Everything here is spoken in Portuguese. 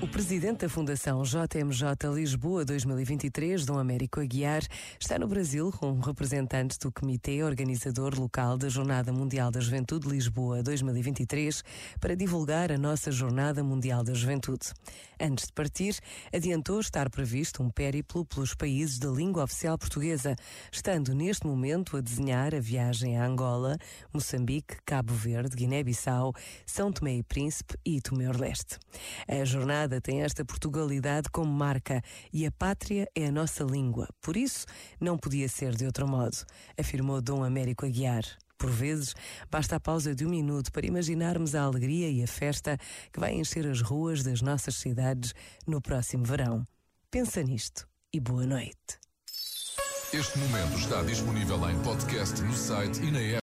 O presidente da Fundação JMJ Lisboa 2023, Dom Américo Aguiar, está no Brasil com representantes do Comitê Organizador Local da Jornada Mundial da Juventude Lisboa 2023 para divulgar a nossa Jornada Mundial da Juventude. Antes de partir, adiantou estar previsto um périplo pelos países da língua oficial portuguesa, estando neste momento a desenhar a viagem a Angola, Moçambique, Cabo Verde, Guiné-Bissau, São Tomé e Príncipe e Timor-Leste. A jornada tem esta Portugalidade como marca e a pátria é a nossa língua. Por isso, não podia ser de outro modo, afirmou Dom Américo Aguiar. Por vezes, basta a pausa de um minuto para imaginarmos a alegria e a festa que vai encher as ruas das nossas cidades no próximo verão. Pensa nisto e boa noite. Este momento está disponível em podcast no site e na app.